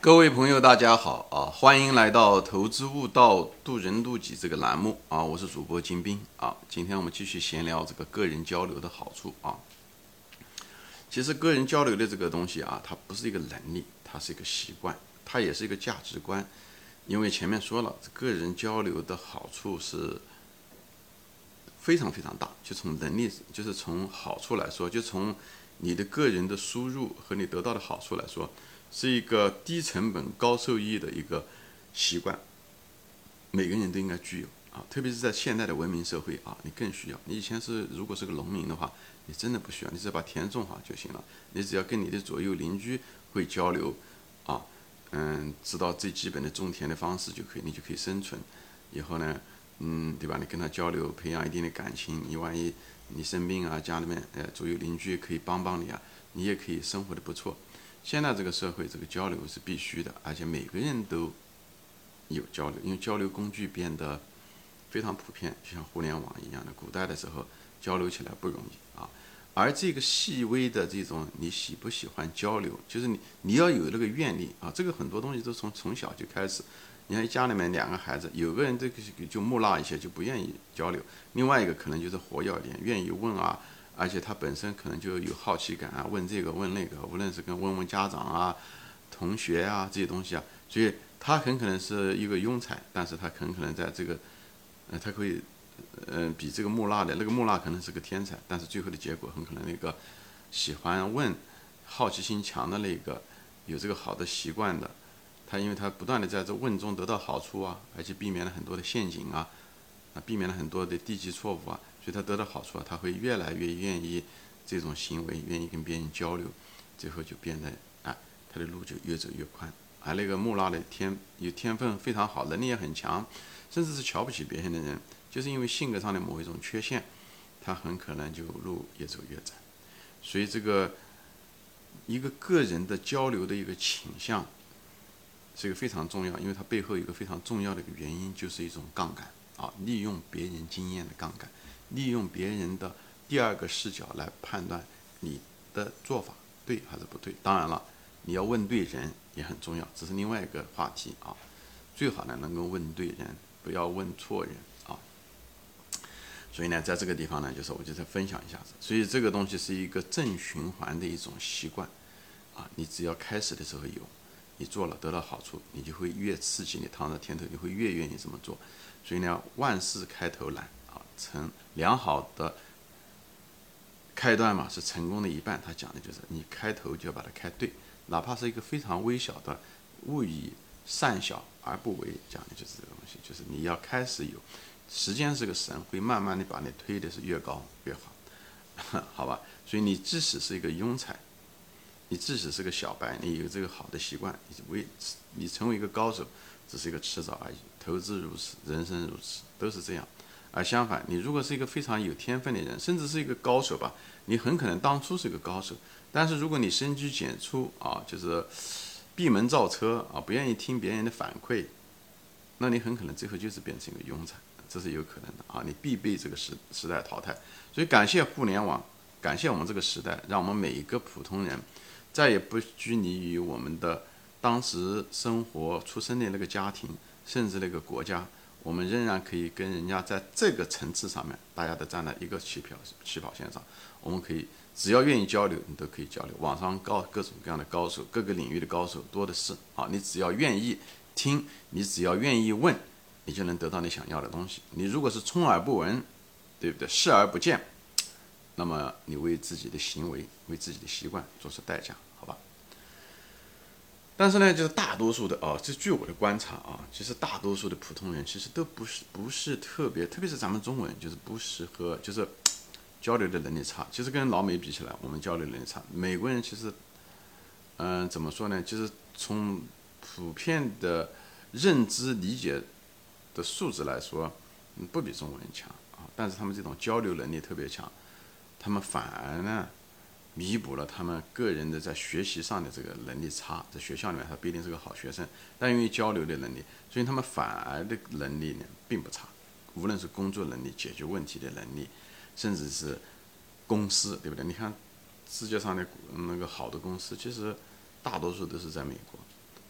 各位朋友，大家好啊！欢迎来到投资悟道，渡人渡己这个栏目啊！我是主播金兵啊。今天我们继续闲聊这个个人交流的好处啊。其实个人交流的这个东西啊，它不是一个能力，它是一个习惯，它也是一个价值观。因为前面说了，个人交流的好处是非常非常大，就从能力，就是从好处来说，就从你的个人的输入和你得到的好处来说，是一个低成本高收益的一个习惯，每个人都应该具有啊，特别是在现代的文明社会啊，你更需要。你以前如果是个农民的话，你真的不需要，你只要把田种好就行了，你只要跟你的左右邻居会交流啊，知道最基本的种田的方式就可以，你就可以生存。以后呢，对吧？你跟他交流，培养一定的感情，你万一你生病啊，家里面左右邻居可以帮帮你啊，你也可以生活的不错。现在这个社会，这个交流是必须的，而且每个人都有交流，因为交流工具变得非常普遍，就像互联网一样的。古代的时候交流起来不容易啊，而这个细微的这种你喜不喜欢交流，就是你要有那个愿力啊。这个很多东西都从小就开始。你看家里面两个孩子，有个人这个就木讷一些，就不愿意交流；另外一个可能就是活跃一点，愿意问啊，而且他本身可能就有好奇感啊，问这个问那个，无论是问家长啊、同学啊这些东西啊，所以他很可能是一个庸才，但是他很可能在这个，他可以，比这个木讷的那个木讷可能是个天才，但是最后的结果很可能那个喜欢问、好奇心强的那个有这个好的习惯的。因为他不断的在这问中得到好处啊，而且避免了很多的陷阱啊，避免了很多的低级错误啊，所以他得到好处啊，他会越来越愿意这种行为，愿意跟别人交流，最后就变得他的路就越走越宽。而那个木讷的有天分非常好，能力也很强，甚至是瞧不起别人的人，就是因为性格上的某一种缺陷，他很可能就路越走越窄。所以这个一个个人的交流的一个倾向。是一个非常重要，因为它背后有一个非常重要的一个原因，就是一种杠杆啊，利用别人经验的杠杆，利用别人的第二个视角来判断你的做法对还是不对。当然了，你要问对人也很重要，这是另外一个话题啊。最好呢能够问对人，不要问错人啊。所以呢，在这个地方呢，我就再分享一下子。所以这个东西是一个正循环的一种习惯啊，你只要开始的时候有。你做了得到好处，你就会越刺激，你尝到甜头，你会越愿意这么做。所以呢，万事开头难啊，良好的开端嘛是成功的一半。他讲的就是你开头就要把它开对，哪怕是一个非常微小的，勿以善小而不为，讲的就是这个东西，就是你要开始有，时间是个神，会慢慢的把你推的是越高越好，好吧？所以你即使是一个庸才。你即使是个小白，你有这个好的习惯，你成为一个高手，只是一个迟早而已。投资如此，人生如此，都是这样。而相反，你如果是一个非常有天分的人，甚至是一个高手吧，你很可能当初是个高手，但是如果你深居简出啊，就是闭门造车啊，不愿意听别人的反馈，那你很可能最后就是变成一个庸才，这是有可能的啊。你必被这个时代淘汰。所以感谢互联网，感谢我们这个时代，让我们每一个普通人。再也不拘泥于我们的当时生活出生的那个家庭，甚至那个国家，我们仍然可以跟人家在这个层次上面，大家都站在一个起跑线上。我们可以只要愿意交流，你都可以交流。网上各种各样的高手，各个领域的高手多的是啊！你只要愿意听，你只要愿意问，你就能得到你想要的东西。你如果是充耳不闻，对不对？视而不见。那么你为自己的行为、为自己的习惯做出代价，好吧？但是呢，就是大多数的这据我的观察啊，其实大多数的普通人其实都不是特别是咱们中文就是不适合，就是交流的能力差。其实跟老美比起来，我们交流能力差。美国人其实，怎么说呢？就是从普遍的认知理解的素质来说，不比中国人强啊。但是他们这种交流能力特别强。他们反而呢，弥补了他们个人的在学习上的这个能力差。在学校里面，他不一定是个好学生，但因为交流的能力，所以他们反而的能力呢并不差。无论是工作能力、解决问题的能力，甚至是公司，对不对？你看世界上的那个好的公司，其实大多数都是在美国。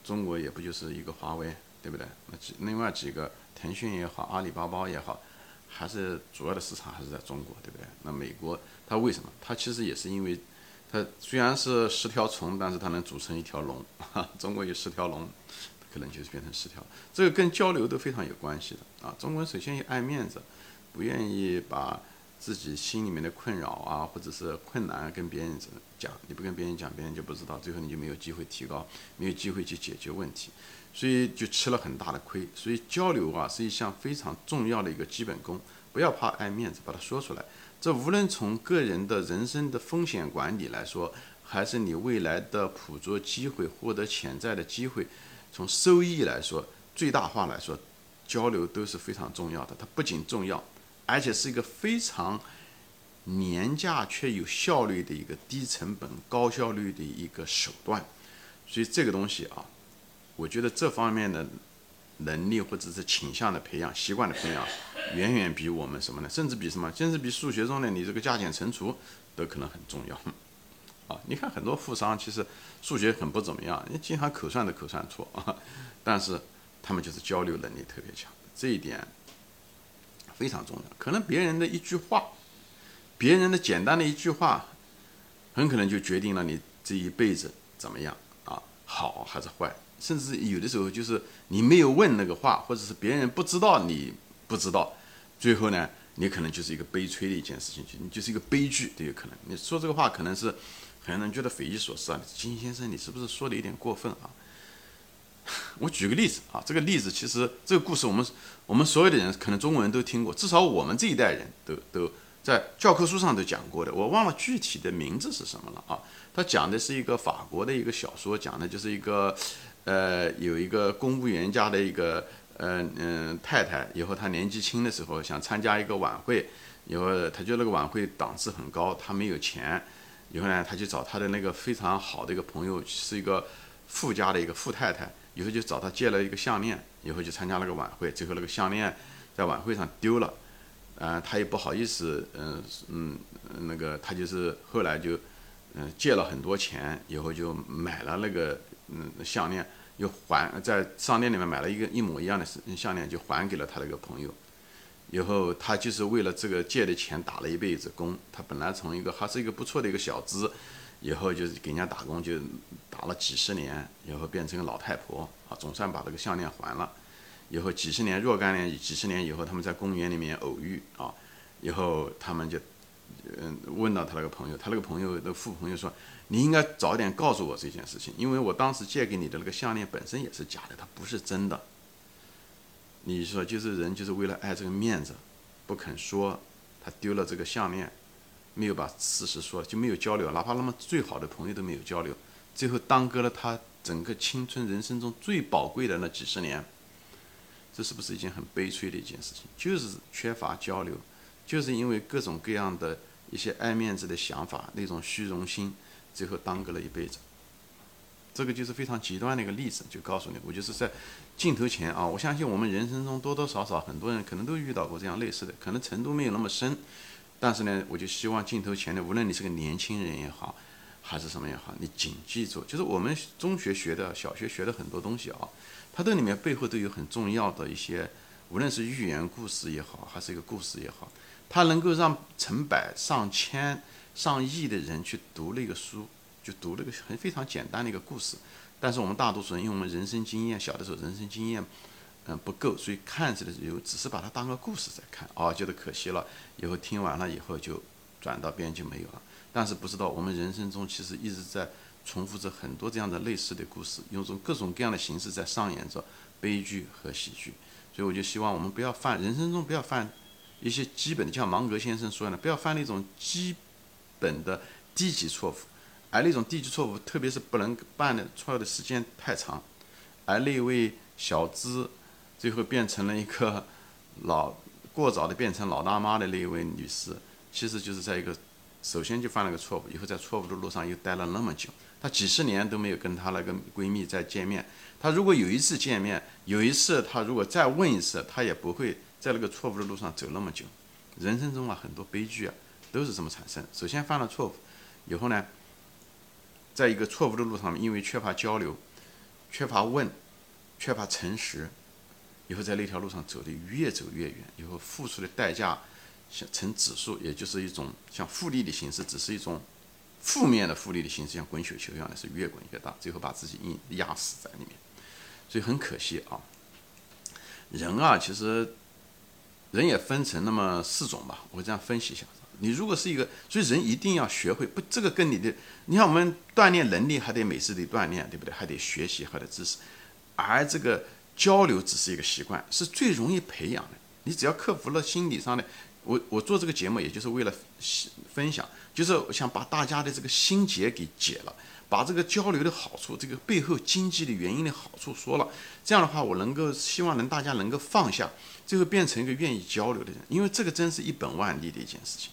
中国也不就是一个华为，对不对？那另外几个腾讯也好，阿里巴巴也好，还是主要的市场还是在中国，对不对？那美国它为什么？它其实也是因为它虽然是10条虫，但是它能组成一条龙。中国有10条龙，可能就是变成10条。这个跟交流都非常有关系的啊。中国人首先也爱面子，不愿意把自己心里面的困扰啊，或者是困难跟别人讲。你不跟别人讲，别人就不知道，最后你就没有机会提高，没有机会去解决问题，所以就吃了很大的亏。所以交流啊是一项非常重要的一个基本功，不要怕爱面子，把它说出来。这无论从个人的人生的风险管理来说，还是你未来的捕捉机会、获得潜在的机会，从收益来说、最大化来说，交流都是非常重要的。它不仅重要，而且是一个非常廉价却有效率的一个低成本、高效率的一个手段。所以这个东西啊，我觉得这方面的能力或者是倾向的培养、习惯的培养，远远比我们什么呢？甚至比什么？甚至比数学中的你这个加减乘除都可能很重要。啊，你看很多富商其实数学很不怎么样，你经常口算都口算错啊，但是他们就是交流能力特别强，这一点非常重要。可能别人的一句话，别人的简单的一句话，很可能就决定了你这一辈子怎么样啊，好还是坏。甚至有的时候就是你没有问那个话，或者是别人不知道你不知道，最后呢，你可能就是一个悲催的一件事情，你就是一个悲剧都有可能。你说这个话可能是很多人觉得匪夷所思啊，金先生你是不是说的有点过分啊？我举个例子啊，这个例子其实这个故事我们所有的人可能中国人都听过，至少我们这一代人都在教科书上都讲过的，我忘了具体的名字是什么了啊。他讲的是一个法国的一个小说，讲的就是一个有一个公务员家的一个太太，以后她年纪轻的时候想参加一个晚会，以后她觉得那个晚会档次很高，她没有钱，以后呢，她就找她的那个非常好的一个朋友，是一个富家的一个富太太，以后就找她借了一个项链，以后就参加那个晚会，最后那个项链在晚会上丢了，她也不好意思，那个她就是后来就借了很多钱，以后就买了那个项链。又在商店里面买了一个一模一样的项链，就还给了他的一个朋友。以后他就是为了这个借的钱打了一辈子工。他本来从一个还是一个不错的一个小资，以后就是给人家打工，就打了几十年，以后变成个老太婆啊，总算把这个项链还了。以后几十年若干年，几十年以后，他们在公园里面偶遇啊，以后他们就问到他那个朋友，他那个朋友的富朋友说：“你应该早点告诉我这件事情，因为我当时借给你的那个项链本身也是假的，它不是真的。你说就是人就是为了爱这个面子，不肯说，他丢了这个项链，没有把事实说，就没有交流，哪怕那么最好的朋友都没有交流，最后耽搁了他整个青春人生中最宝贵的那几十年。这是不是一件很悲催的一件事情？就是缺乏交流，就是因为各种各样的一些爱面子的想法，那种虚荣心，最后耽搁了一辈子。这个就是非常极端的一个例子，就告诉你，我就是在镜头前啊，我相信我们人生中多多少少很多人可能都遇到过这样类似的，可能程度没有那么深，但是呢，我就希望镜头前的，无论你是个年轻人也好，还是什么也好，你谨记住，就是我们中学学的、小学学的很多东西啊，它这里面背后都有很重要的一些，无论是寓言故事也好，还是一个故事也好，它能够让成百上千上亿的人去读那个书，就读那个非常简单的一个故事。但是我们大多数人，因为我们人生经验小的时候人生经验不够，所以看起来只是把它当个故事在看，觉得可惜了，以后听完了以后就转到边就没有了。但是不知道我们人生中其实一直在重复着很多这样的类似的故事，用各种各样的形式在上演着悲剧和喜剧。所以我就希望我们不要犯人生中不要犯一些基本的，就像芒格先生说的，不要犯那种基本的低级错误，而那种低级错误，特别是不能办的错的时间太长，而那位小资最后变成了一个过早的变成老大妈的那一位女士，其实就是在一个首先就犯了个错误，以后在错误的路上又待了那么久，她几十年都没有跟她那个闺蜜再见面。她如果有一次见面，有一次她如果再问一次，她也不会在那个错误的路上走那么久。人生中很多悲剧都是这么产生。首先犯了错误以后呢，在一个错误的路上，因为缺乏交流， 缺乏问，缺乏诚实，以后在那条路上走得越走越远，以后付出的代价成指数，也就是一种像复利的形式，只是一种负面的复利的形式，像滚雪球一样的，是越滚越大，最后把自己压死在里面。所以很可惜啊，人啊，其实人也分成那么4种吧，我这样分析一下。你如果是一个，所以人一定要学会不，这个跟你的，你看我们锻炼能力还得每次得锻炼，对不对？还得学习，还得知识，而这个交流只是一个习惯，是最容易培养的。你只要克服了心理上的，我做这个节目也就是为了分享，就是想把大家的这个心结给解了，把这个交流的好处，这个背后经济的原因的好处说了。这样的话，我能够希望大家能够放下，最后变成一个愿意交流的人，因为这个真是一本万利的一件事情。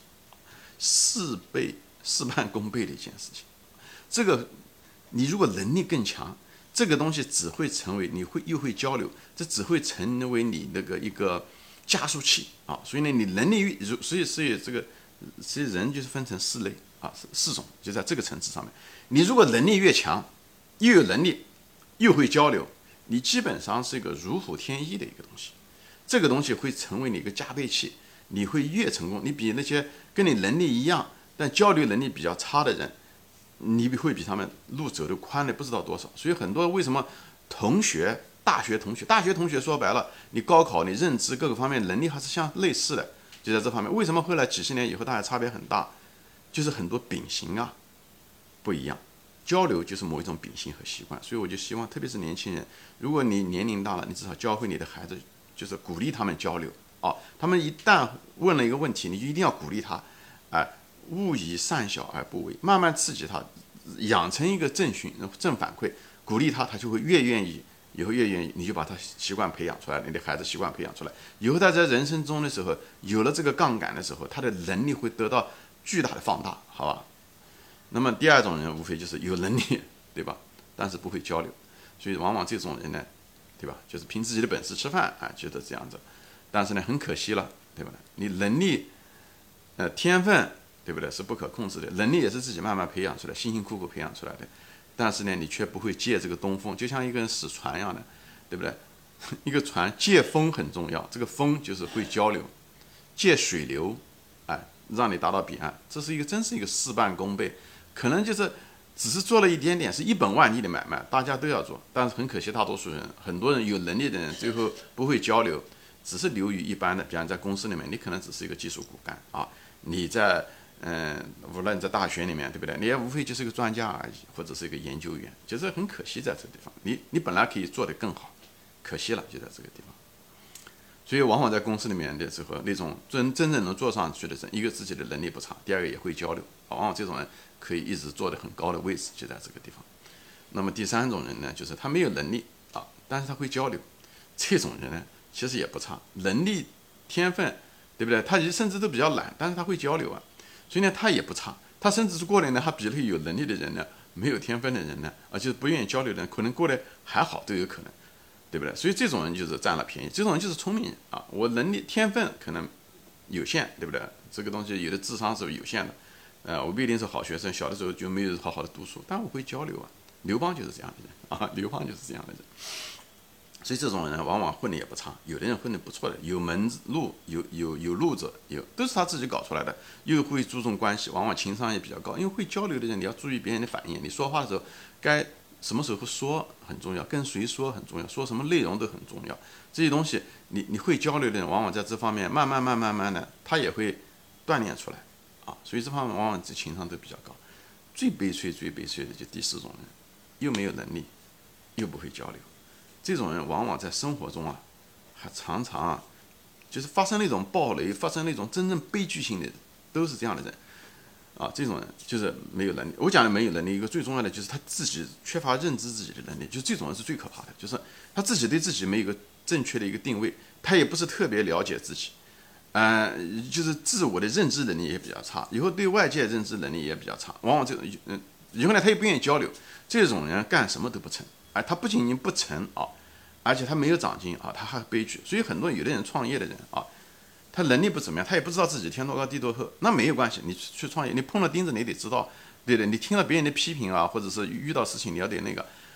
事半功倍的一件事情。这个你如果能力更强，这个东西只会成为又会交流，这只会成为你那个一个加速器啊。所以呢，你能力越，所以这个其实人就是分成4类啊，4种，就在这个层次上面。你如果能力越强，又有能力，又会交流，你基本上是一个如虎添翼的一个东西。这个东西会成为你一个加倍器。你会越成功，你比那些跟你能力一样但交流能力比较差的人，你会比他们路走得宽的不知道多少。所以很多为什么大学同学说白了，你高考你认知各个方面能力还是相类似的，就在这方面。为什么后来几十年以后大家差别很大？就是很多秉性啊不一样，交流就是某一种秉性和习惯。所以我就希望，特别是年轻人，如果你年龄大了，你至少教会你的孩子，就是鼓励他们交流。他们一旦问了一个问题，你就一定要鼓励他，勿以善小而不为，慢慢刺激他，养成一个正反馈，鼓励他，他就会越愿意，以后越愿意，你就把他习惯培养出来，你的孩子习惯培养出来，以后他在人生中的时候有了这个杠杆的时候，他的能力会得到巨大的放大，好吧？那么第2种人无非就是有能力，对吧？但是不会交流，所以往往这种人呢，对吧？就是凭自己的本事吃饭，觉得这样子。但是呢，很可惜了，对不对？你能力，天分，对不对？是不可控制的，能力也是自己慢慢培养出来，辛辛苦苦培养出来的。但是呢，你却不会借这个东风，就像一个人使船一样的，对不对？一个船借风很重要，这个风就是会交流，借水流，让你达到彼岸，这是真是一个事半功倍，可能就是只是做了一点点，是一本万利的买卖，大家都要做。但是很可惜，大多数人，很多人有能力的人，最后不会交流。只是流于一般的，比方在公司里面，你可能只是一个技术骨干啊。你在无论在大学里面，对不对？你也无非就是一个专家而已，或者是一个研究员，就是很可惜在这个地方。你本来可以做得更好，可惜了，就在这个地方。所以往往在公司里面的时候，那种真正能做上去的人，一个自己的能力不差，第2个也会交流，往往这种人可以一直做得很高的位置，就在这个地方。那么第3种人呢，就是他没有能力啊，但是他会交流，这种人呢，其实也不差，能力、天分，对不对？他甚至都比较懒，但是他会交流啊，所以呢，他也不差。他甚至是过来呢，他比那有能力的人呢，没有天分的人呢，就是不愿意交流的人，可能过来还好都有可能，对不对？所以这种人就是占了便宜，这种人就是聪明人啊。我能力、天分可能有限，对不对？这个东西有的智商是有限的，我不一定是好学生，小的时候就没有好好的读书，但我会交流啊。刘邦就是这样的人啊，刘邦就是这样的人。所以这种人往往混的也不差，有的人混的不错的，有门路，有路子，都是他自己搞出来的，又会注重关系，往往情商也比较高。因为会交流的人，你要注意别人的反应，你说话的时候该什么时候说很重要，跟谁说很重要，说什么内容都很重要。这些东西你会交流的人，往往在这方面慢慢的，他也会锻炼出来啊。所以这方面往往这情商都比较高。最悲催的就第4种人，又没有能力，又不会交流。这种人往往在生活中还常常就是发生那种暴雷，发生那种真正悲剧性的，都是这样的人啊。这种人就是没有能力。我讲的没有能力，一个最重要的就是他自己缺乏认知自己的能力，就是这种人是最可怕的，就是他自己对自己没有一个正确的一个定位，他也不是特别了解自己，就是自我的认知能力也比较差，以后对外界认知能力也比较差。往往这种以后呢，他也不愿意交流，这种人干什么都不成。他不仅仅不成啊，而且他没有长进啊，他还悲剧。所以很多有的人创业的人啊，他能力不怎么样，他也不知道自己天多高地多厚，那没有关系，你去创业，你碰了钉子你得知道，对的，你听了别人的批评啊，或者是遇到事情你要得那个，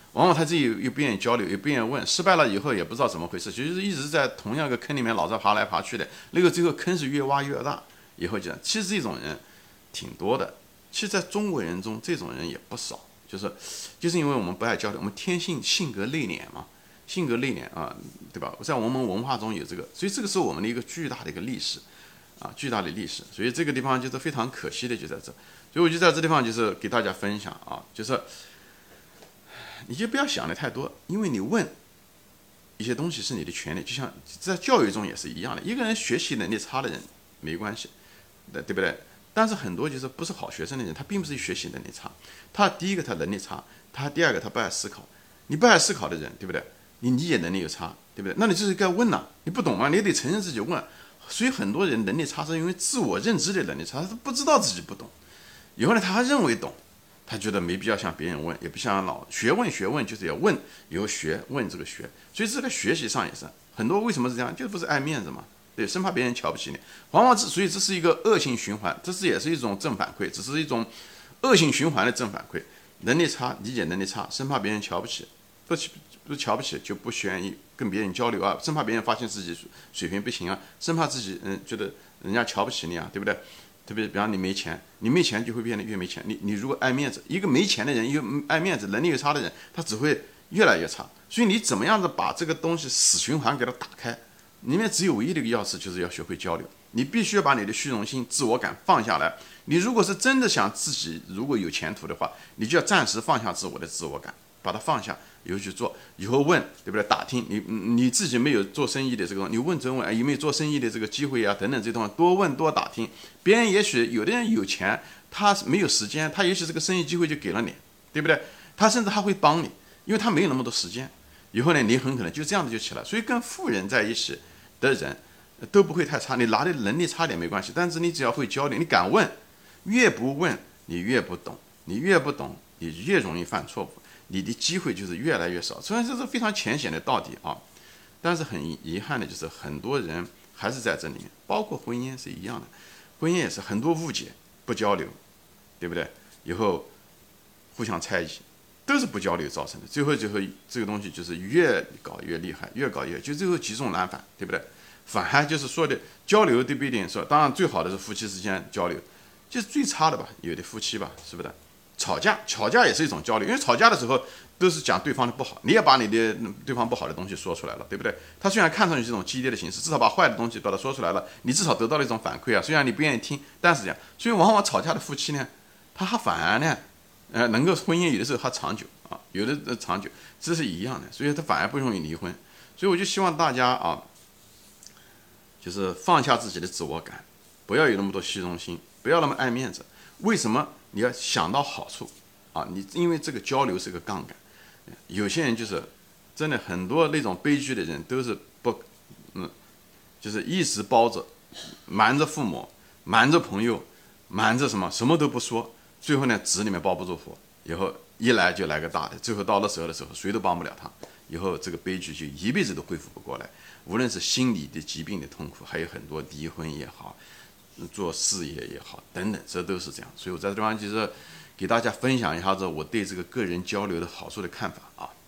往往他自己又不愿意交流，也不愿意问，失败了以后也不知道怎么回事，其实一直在同样一个坑里面老在爬来爬去的，那个最后坑是越挖越大。以后讲，其实这种人挺多的，其实在中国人中这种人也不少，就是因为我们不爱交流，我们天性格内敛嘛，性格内敛啊，对吧？在我们文化中有这个，所以这个是我们的一个巨大的一个历史啊，巨大的历史，所以这个地方就是非常可惜的就在这，所以我就在这地方就是给大家分享啊，就是你就不要想的太多，因为你问一些东西是你的权利，就像在教育中也是一样的，一个人学习能力差的人没关系，对不对？但是很多就是不是好学生的人，他并不是学习能力差，他第一个他能力差，他第二个他不爱思考。你不爱思考的人，对不对？你理解能力又差，对不对？那你就是该问了，你不懂吗？你得承认自己问。所以很多人能力差是因为自我认知的能力差，他不知道自己不懂，以后呢他还认为懂，他觉得没必要向别人问，也不向老学问就是要问，以后学问这个学，所以这个学习上也是很多为什么是这样，就不是爱面子嘛，对，生怕别人瞧不起你，往往所以这是一个恶性循环，这也是一种正反馈，只是一种恶性循环的正反馈，能力差，理解能力差，生怕别人瞧不起，不瞧不起就不愿意跟别人交流啊，生怕别人发现自己水平不行啊，生怕自己觉得人家瞧不起你啊，对不对？特别比方你没钱，你没钱就会变得越没钱。你如果爱面子，一个没钱的人，一个爱面子、能力又差的人，他只会越来越差。所以你怎么样子把这个东西死循环给它打开？里面只有唯一的一个钥匙，就是要学会交流。你必须要把你的虚荣心、自我感放下来。你如果是真的想自己如果有前途的话，你就要暂时放下自我感，把它放下，以后去做，以后问，对不对？打听你自己没有做生意的这个，你问真问，有没有做生意的这个机会啊？等等这东西多问多打听。别人也许有的人有钱，他没有时间，他也许这个生意机会就给了你，对不对？他甚至还会帮你，因为他没有那么多时间。以后呢，你很可能就这样子就起来。所以跟富人在一起的人都不会太差，你拿的能力差点没关系，但是你只要会交流，你敢问，越不问你越不懂，你越不懂你越容易犯错误。你的机会就是越来越少，虽然这是非常浅显的道理啊，但是很遗憾的就是很多人还是在这里面，包括婚姻是一样的，婚姻也是很多误解，不交流，对不对？以后互相猜疑，都是不交流造成的，最后这个东西就是越搞越厉害，越搞越就最后积重难返，对不对？反而就是说的交流对不一定说，当然最好的是夫妻之间交流，就是最差的吧，有的夫妻吧，是不是？吵架也是一种交流，因为吵架的时候都是讲对方的不好，你也把你的对方不好的东西说出来了，对不对？他虽然看上去是一种激烈的形式，至少把坏的东西把它说出来了，你至少得到了一种反馈啊。虽然你不愿意听，但是这样，所以往往吵架的夫妻呢，他反而呢，能够婚姻有的时候还长久啊，有的长久，这是一样的，所以他反而不容易离婚。所以我就希望大家啊，就是放下自己的自我感，不要有那么多虚荣心，不要那么爱面子。为什么？你要想到好处啊！你因为这个交流是个杠杆，有些人就是真的很多那种悲剧的人都是就是一直包着，瞒着父母，瞒着朋友，瞒着什么都不说，最后呢纸里面包不住火，以后一来就来个大的，最后到了时候谁都帮不了他，以后这个悲剧就一辈子都恢复不过来。无论是心理的疾病的痛苦，还有很多离婚也好。做事业也好，等等，这都是这样。所以我在这地方就是给大家分享一下子我对这个个人交流的好处的看法啊。